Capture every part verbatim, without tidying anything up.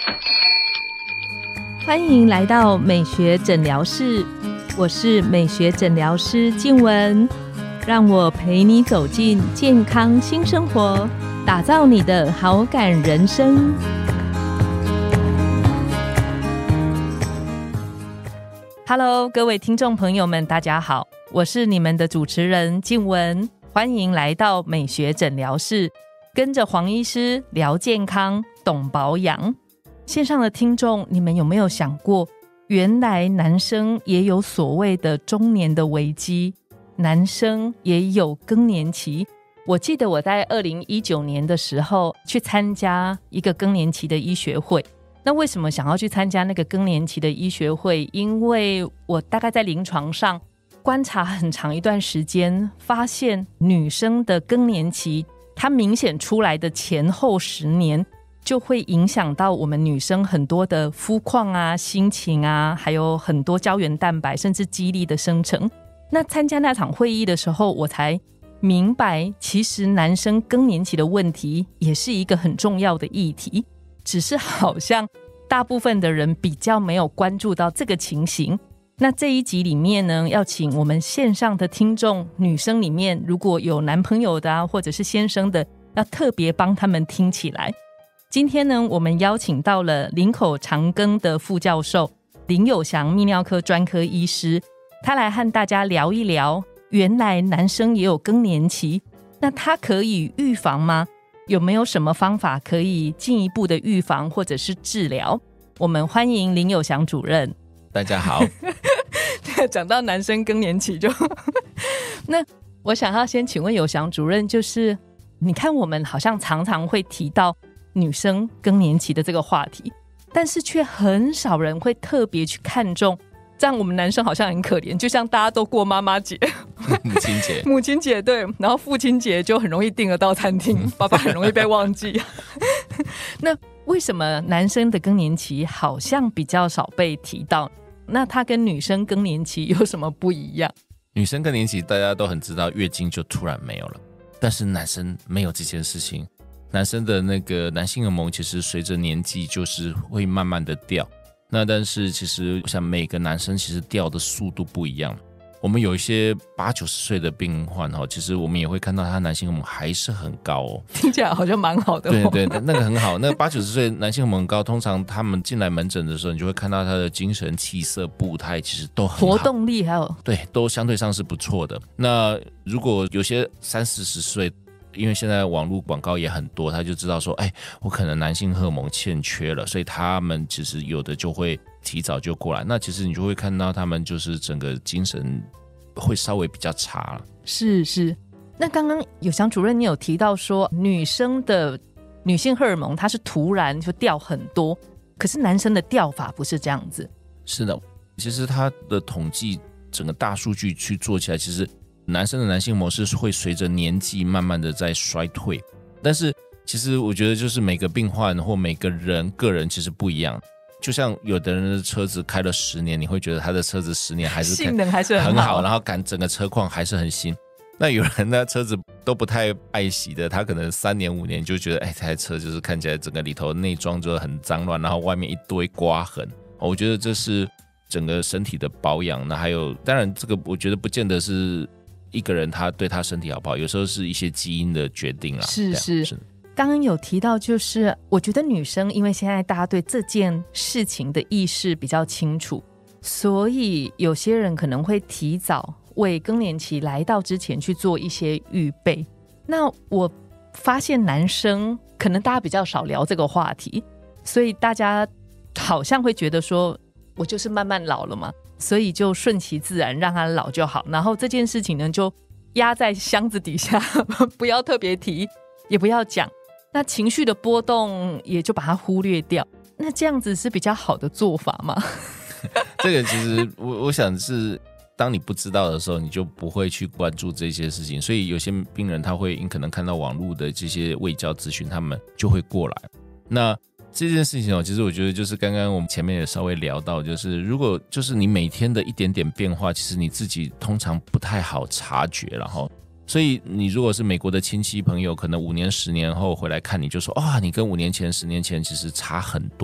欢迎来到美学诊疗室，我是美学诊疗师静雯，让我陪你走进健康新生活，打造你的好感人生。Hello， 各位听众朋友们，大家好，我是你们的主持人静雯，欢迎来到美学诊疗室，跟着黄医师聊健康，懂保养。线上的听众，你们有没有想过，原来男生也有所谓的中年的危机，男生也有更年期。我记得我在二零一九年的时候去参加一个更年期的医学会。那为什么想要去参加那个更年期的医学会？因为我大概在临床上观察很长一段时间，发现女生的更年期，它明显出来的前后十年就会影响到我们女生很多的肤况啊、心情啊，还有很多胶原蛋白甚至肌力的生成。那参加那场会议的时候，我才明白其实男生更年期的问题也是一个很重要的议题，只是好像大部分的人比较没有关注到这个情形。那这一集里面呢，要请我们线上的听众，女生里面如果有男朋友的啊，或者是先生的，要特别帮他们听起来。今天呢，我们邀请到了林口长庚的副教授林有祥泌尿科专科医师，他来和大家聊一聊，原来男生也有更年期，那他可以预防吗？有没有什么方法可以进一步的预防或者是治疗？我们欢迎林有祥主任。 大家好。 讲到男生更年期就那我想要先请问有祥主任，就是你看我们好像常常会提到女生更年期的这个话题，但是却很少人会特别去看重，这样我们男生好像很可怜，就像大家都过妈妈节母亲节母亲节对，然后父亲节就很容易订得到餐厅，爸爸很容易被忘记那为什么男生的更年期好像比较少被提到？那他跟女生更年期有什么不一样？ 女生更年期大家都很知道，月经就突然没有了，但是男生没有这件事情。男生的那个男性荷尔蒙其实随着年纪就是会慢慢的掉，那但是其实像每个男生其实掉的速度不一样。我们有一些八九十岁的病患，其实我们也会看到他男性荷尔蒙还是很高哦， 听起来好像蛮好的哦。 对对，那个很好。那个八九十岁男性荷尔蒙高，通常他们进来门诊的时候，你就会看到他的精神气色步态其实都很好， 活动力还有对都相对上是不错的。那如果有些三四十岁，因为现在网络广告也很多，他就知道说，哎，我可能男性荷尔蒙欠缺了，所以他们其实有的就会提早就过来。那其实你就会看到他们就是整个精神会稍微比较差。 是是。那刚刚有祥主任你有提到说，女生的女性荷尔蒙它是突然就掉很多，可是男生的掉法不是这样子。 是的，其实他的统计整个大数据去做起来，其实男生的男性模式会随着年纪慢慢的在衰退，但是其实我觉得就是每个病患或每个人个人其实不一样。就像有的人的车子开了十年，你会觉得他的车子十年还是性能还是很好， 很好， 然后感整个车况还是很新。那有人的车子都不太爱惜的，他可能三年五年就觉得，哎，这台车就是看起来整个里头内装就很脏乱，然后外面一堆刮痕。我觉得这是整个身体的保养。那还有，当然这个我觉得不见得是一个人他对他身体好不好，有时候是一些基因的决定啦。 是是是。刚刚有提到，就是我觉得女生因为现在大家对这件事情的意识比较清楚，所以有些人可能会提早为更年期来到之前去做一些预备。那我发现男生可能大家比较少聊这个话题，所以大家好像会觉得说，我就是慢慢老了嘛，所以就顺其自然让他老就好，然后这件事情呢就压在箱子底下不要特别提，也不要讲，那情绪的波动也就把它忽略掉。那这样子是比较好的做法吗？ 这个其实 我, 我想是当你不知道的时候，你就不会去关注这些事情，所以有些病人他会可能看到网络的这些卫教咨询，他们就会过来。那这件事情其实我觉得就是刚刚我们前面也稍微聊到，就是如果就是你每天的一点点变化，其实你自己通常不太好察觉，然后所以你如果是美国的亲戚朋友，可能五年十年后回来看你，就说哇，你跟五年前十年前其实差很多。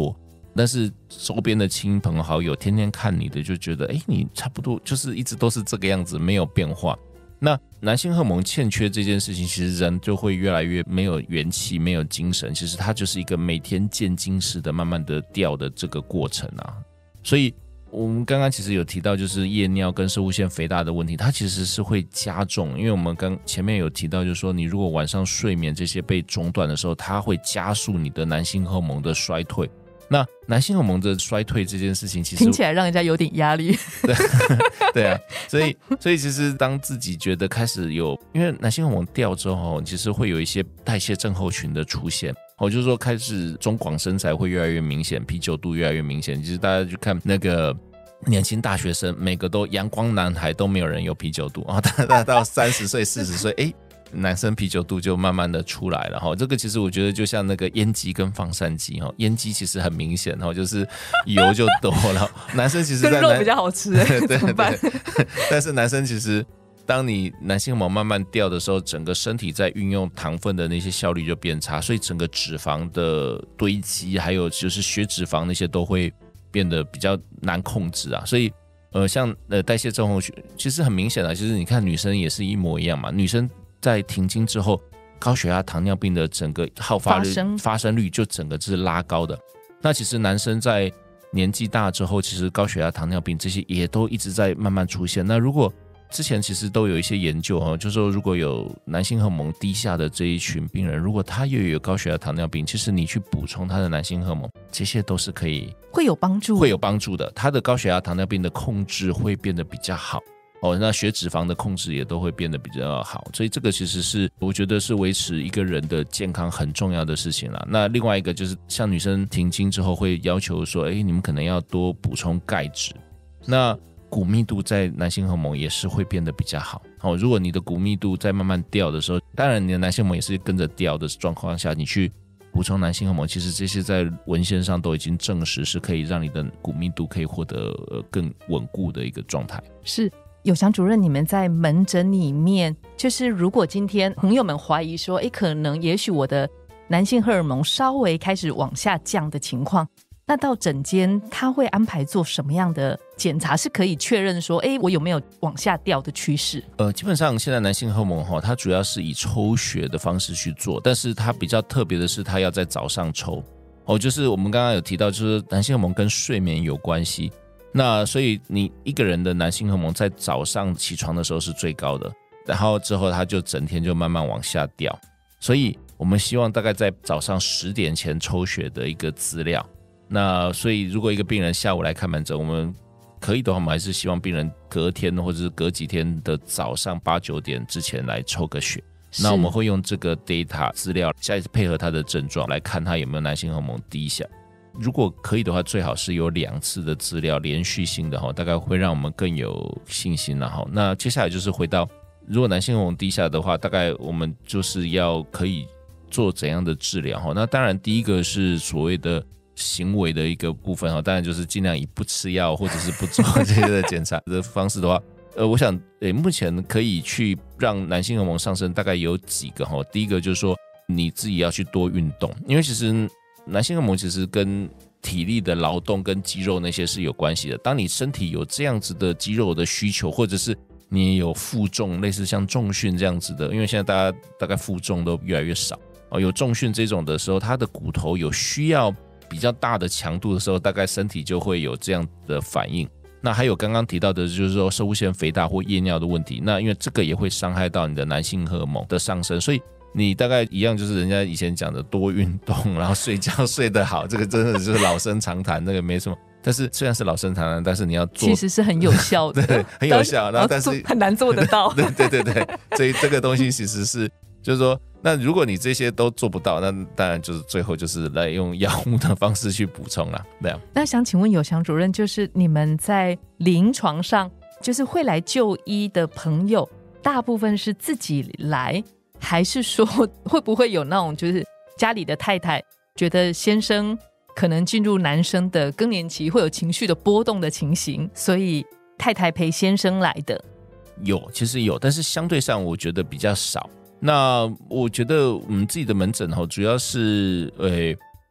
但是周边的亲朋好友天天看你的就觉得，哎，你差不多就是一直都是这个样子，没有变化。那男性荷尔蒙欠缺这件事情，其实人就会越来越没有元气，没有精神，其实它就是一个每天渐进式的慢慢的掉的这个过程啊。所以我们刚刚其实有提到就是夜尿跟攝護腺肥大的问题，它其实是会加重，因为我们刚前面有提到就是说，你如果晚上睡眠这些被中断的时候，它会加速你的男性荷尔蒙的衰退。那男性荷尔蒙的衰退这件事情，其实听起来让人家有点压力。 对, 对啊，所以所以其实当自己觉得开始有，因为男性荷尔蒙掉之后，其实会有一些代谢症候群的出现。哦，就是说开始中广身材会越来越明显，啤酒肚越来越明显。其实大家去看那个年轻大学生，每个都阳光男孩，都没有人有啤酒肚啊。到到三十岁、四十岁，哎。男生啤酒肚就慢慢的出来了哈，这个其实我觉得就像那个烟肌跟放散肌哈，烟肌其实很明显哈，就是油就多了。男生其实在跟肉比较好吃， 对对对，但是男生其实当你男性荷尔蒙慢慢掉的时候，整个身体在运用糖分的那些效率就变差，所以整个脂肪的堆积，还有就是血脂肪那些都会变得比较难控制啊，所以。呃，像呃代谢症候群，其实很明显啊，其实你看女生也是一模一样嘛，女生在停经之后，高血压、糖尿病的整个好发率、发生率就整个是拉高的。那其实男生在年纪大之后，其实高血压、糖尿病这些也都一直在慢慢出现。那如果之前其实都有一些研究哦，就是说如果有男性荷尔蒙低下的这一群病人，如果他又有高血压、糖尿病，其实你去补充他的男性荷尔蒙，这些都是可以会有帮助， 会有帮助的。他的高血压、糖尿病的控制会变得比较好。哦，那血脂肪的控制也都会变得比较好，所以这个其实是我觉得是维持一个人的健康很重要的事情啦。那另外一个就是像女生停经之后会要求说，哎，你们可能要多补充钙质。那骨密度在男性荷尔蒙也是会变得比较好。哦，如果你的骨密度在慢慢掉的时候，当然你的男性荷尔蒙也是跟着掉的状况下，你去补充男性荷尔蒙，其实这些在文献上都已经证实是可以让你的骨密度可以获得更稳固的一个状态。 是。友翔主任，你们在门诊里面，就是如果今天朋友们怀疑说，诶，可能也许我的男性荷尔蒙稍微开始往下降的情况，那到诊间他会安排做什么样的检查，是可以确认说，诶，我有没有往下掉的趋势？ 呃，基本上现在男性荷尔蒙它主要是以抽血的方式去做，但是它比较特别的是，它要在早上抽。哦，就是我们刚刚有提到，就是男性荷尔蒙跟睡眠有关系。那所以你一个人的男性荷尔蒙在早上起床的时候是最高的，然后之后他就整天就慢慢往下掉，所以我们希望大概在早上十点前抽血的一个资料。那所以如果一个病人下午来看门诊，我们可以的话，我们还是希望病人隔天或者是隔几天的早上八九点之前来抽个血。那我们会用这个 data 资料下一次配合他的症状来看他有没有男性荷尔蒙低下。如果可以的话，最好是有两次的资料连续性的，大概会让我们更有信心。然后那接下来就是回到，如果男性荷尔蒙低下的话，大概我们就是要可以做怎样的治疗。那当然第一个是所谓的行为的一个部分，当然就是尽量以不吃药或者是不做这些的检查的方式的话，呃，我想、欸、目前可以去让男性荷尔蒙上升，大概有几个。第一个就是说你自己要去多运动，因为其实男性荷尔蒙其实跟体力的劳动跟肌肉那些是有关系的。当你身体有这样子的肌肉的需求，或者是你有负重，类似像重训这样子的，因为现在大家大概负重都越来越少，有重训这种的时候，他的骨头有需要比较大的强度的时候，大概身体就会有这样的反应。那还有刚刚提到的就是说攝護腺肥大或夜尿的问题，那因为这个也会伤害到你的男性荷尔蒙的上升，所以你大概一样，就是人家以前讲的多运动，然后睡觉睡得好，这个真的就是老生常谈，那个没什么。但是虽然是老生常谈，但是你要做， 其实是很有效的， 对，很有效。然后但是很难做得到， 对对对对，所以这个东西其实是，就是说，那如果你这些都做不到，那当然就是最后就是来用药物的方式去补充啦。对啊。 那想请问友翔主任，就是你们在临床上，就是会来就医的朋友，大部分是自己来？还是说会不会有那种就是家里的太太觉得先生可能进入男生的更年期会有情绪的波动的情形，所以太太陪先生来的？ 有，其实有，但是相对上我觉得比较少。那我觉得我们自己的门诊主要是呃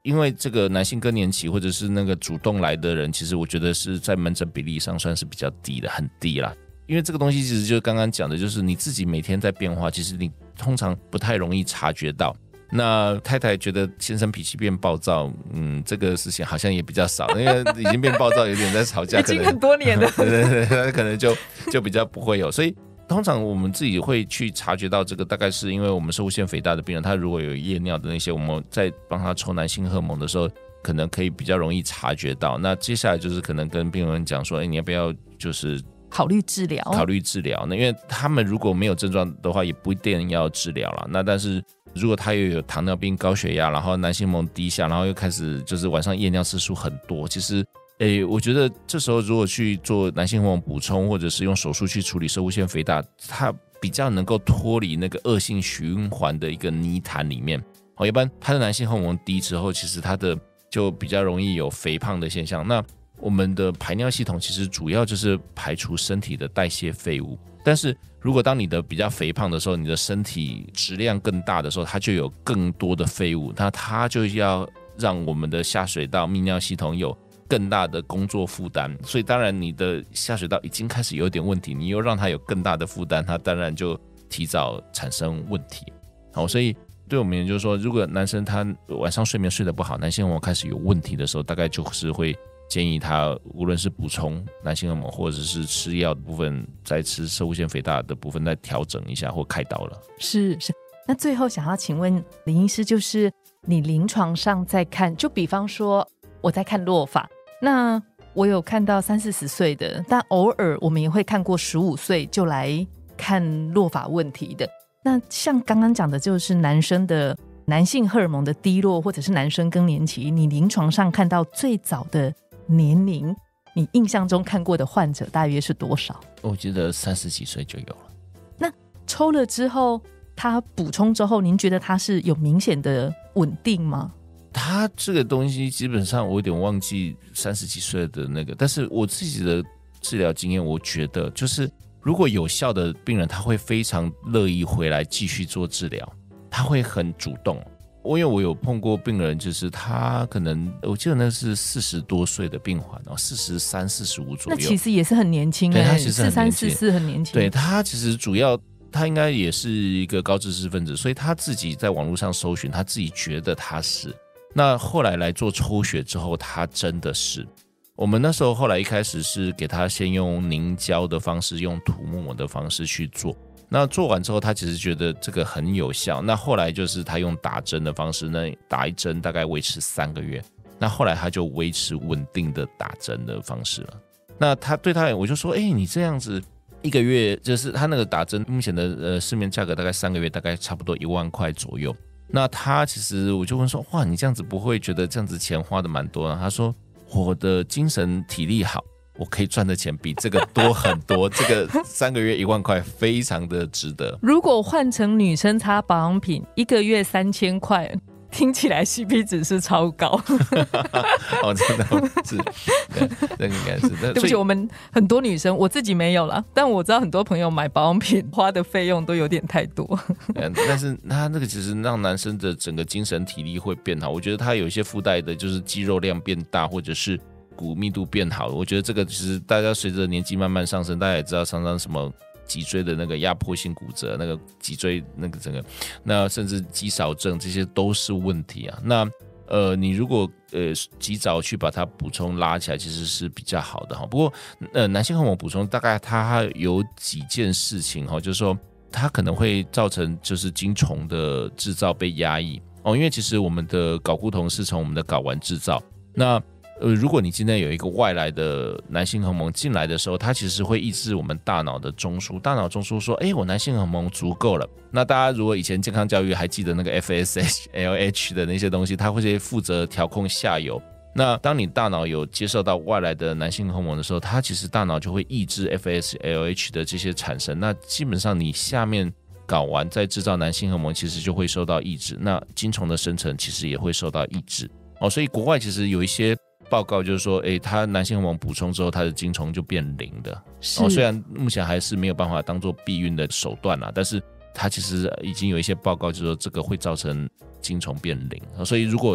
因为这个男性更年期或者是那个主动来的人，其实我觉得是在门诊比例上算是比较低的，很低啦。因为这个东西其实就刚刚讲的，就是你自己每天在变化，其实你通常不太容易察觉到。那太太觉得先生脾气变暴躁，嗯，这个事情好像也比较少，因为已经变暴躁，有点在吵架， 已经很多年了， 对对对，可能就就比较不会有。所以通常我们自己会去察觉到这个，大概是因为我们是无腺肥大的病人，他如果有夜尿的那些，我们在帮他抽男性荷尔蒙的时候，可能可以比较容易察觉到。那接下来就是可能跟病人讲说，哎，你要不要就是考虑治疗？ 考虑治疗。那因为他们如果没有症状的话，也不一定要治疗了。那但是如果他又有糖尿病、高血压，然后男性荷尔蒙低下，然后又开始就是晚上夜尿次数很多，其实诶，我觉得这时候如果去做男性荷尔蒙补充，或者是用手术去处理攝護腺肥大，它比较能够脱离那个恶性循环的一个泥潭里面。哦，一般他的男性荷尔蒙低之后，其实他的就比较容易有肥胖的现象。那我们的排尿系统其实主要就是排除身体的代谢废物，但是如果当你的比较肥胖的时候，你的身体质量更大的时候，它就有更多的废物，那它就要让我们的下水道泌尿系统有更大的工作负担。所以当然你的下水道已经开始有点问题，你又让它有更大的负担，它当然就提早产生问题。好，所以对我们也就是说，如果男生他晚上睡眠睡得不好，男性荷尔蒙开始有问题的时候，大概就是会建议他无论是补充男性荷尔蒙，或者是吃药的部分，再吃攝護腺肥大的部分再调整一下或开刀了。 是是。那最后想要请问林医师，就是你临床上在看，就比方说我在看落发，那我有看到三四十岁的，但偶尔我们也会看过十五岁就来看落发问题的。那像刚刚讲的就是男生的男性荷尔蒙的低落，或者是男生更年期，你临床上看到最早的年龄，你印象中看过的患者大约是多少？ 我记得三十几岁就有了。 那抽了之后，他补充之后，您觉得他是有明显的稳定吗？ 他这个东西基本上我有点忘记三十几岁的那个，但是我自己的治疗经验，我觉得就是如果有效的病人，他会非常乐意回来继续做治疗，他会很主动。因为我有碰过病人，就是他可能我记得那是四十多岁的病患，四十三、四十五左右， 那其实也是很年轻、欸， 对，他其实很年轻，四三四四很年轻。 对，他其实主要他应该也是一个高知识分子，所以他自己在网络上搜寻，他自己觉得他是。那后来来做抽血之后，他真的是。我们那时候后来一开始是给他先用凝胶的方式，用涂抹的方式去做。那做完之后，他其实觉得这个很有效。那后来就是他用打针的方式，那打一针大概维持三个月。那后来他就维持稳定的打针的方式了。那他对他，我就说，哎、欸，你这样子一个月，就是他那个打针目前的呃市面价格大概三个月大概差不多一万块左右。那他其实我就问说，哇，你这样子不会觉得这样子钱花的蛮多啊？他说，我的精神体力好。我可以赚的钱比这个多很多，这个三个月一万块非常的值得。如果换成女生擦保养品，一个月三千块，听起来 C P 值是超高。 哦，真的是，对，那应该是。 对不起，我们很多女生，我自己没有啦，但我知道很多朋友买保养品花的费用都有点太多。 但是他那个其实让男生的整个精神体力会变好，我觉得他有一些附带的就是肌肉量变大，或者是骨密度变好，我觉得这个其实大家随着年纪慢慢上升，大家也知道常常什么脊椎的那个压迫性骨折，那个脊椎那个整个，那甚至肌少症，这些都是问题啊。那呃，你如果呃及早去把它补充拉起来，其实是比较好的哈。不过呃，男性荷尔蒙补充大概它有几件事情哈，就是说它可能会造成就是精虫的制造被压抑哦，因为其实我们的睾固酮是从我们的睾丸制造，那呃，如果你今天有一个外来的男性荷尔蒙进来的时候，它其实会抑制我们大脑的中枢。大脑中枢说：“哎，我男性荷尔蒙足够了。”那大家如果以前健康教育还记得那个 F S H L H 的那些东西，它会负责调控下游。那当你大脑有接受到外来的男性荷尔蒙的时候，它其实大脑就会抑制 F S L H 的这些产生。那基本上你下面睾丸在制造男性荷尔蒙，其实就会受到抑制。那精虫的生成其实也会受到抑制。哦，所以国外其实有一些报告就是说，哎，他男性荷尔蒙补充之后，他的精虫就变零的。哦，虽然目前还是没有办法当做避孕的手段啦，但是它其实已经有一些报告就是说，这个会造成精虫变零。所以如果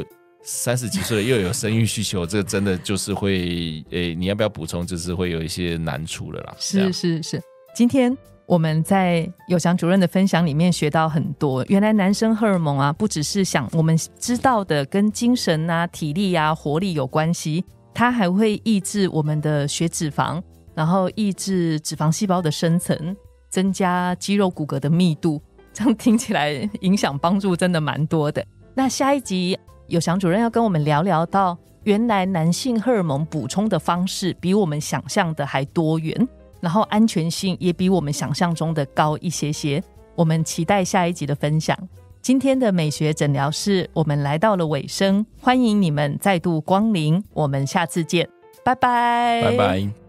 三十几岁了又有生育需求，这个真的就是会诶，你要不要补充，就是会有一些难处了啦。 是是是，今天我们在友翔主任的分享里面学到很多，原来男生荷尔蒙啊，不只是想我们知道的跟精神啊、体力啊、活力有关系，它还会抑制我们的血脂肪，然后抑制脂肪细胞的生成，增加肌肉骨骼的密度，这样听起来影响帮助真的蛮多的。那下一集友翔主任要跟我们聊聊到，原来男性荷尔蒙补充的方式比我们想象的还多元，然后安全性也比我们想象中的高一些些，我们期待下一集的分享。今天的美学诊疗室我们来到了尾声，欢迎你们再度光临，我们下次见，拜拜， 拜拜。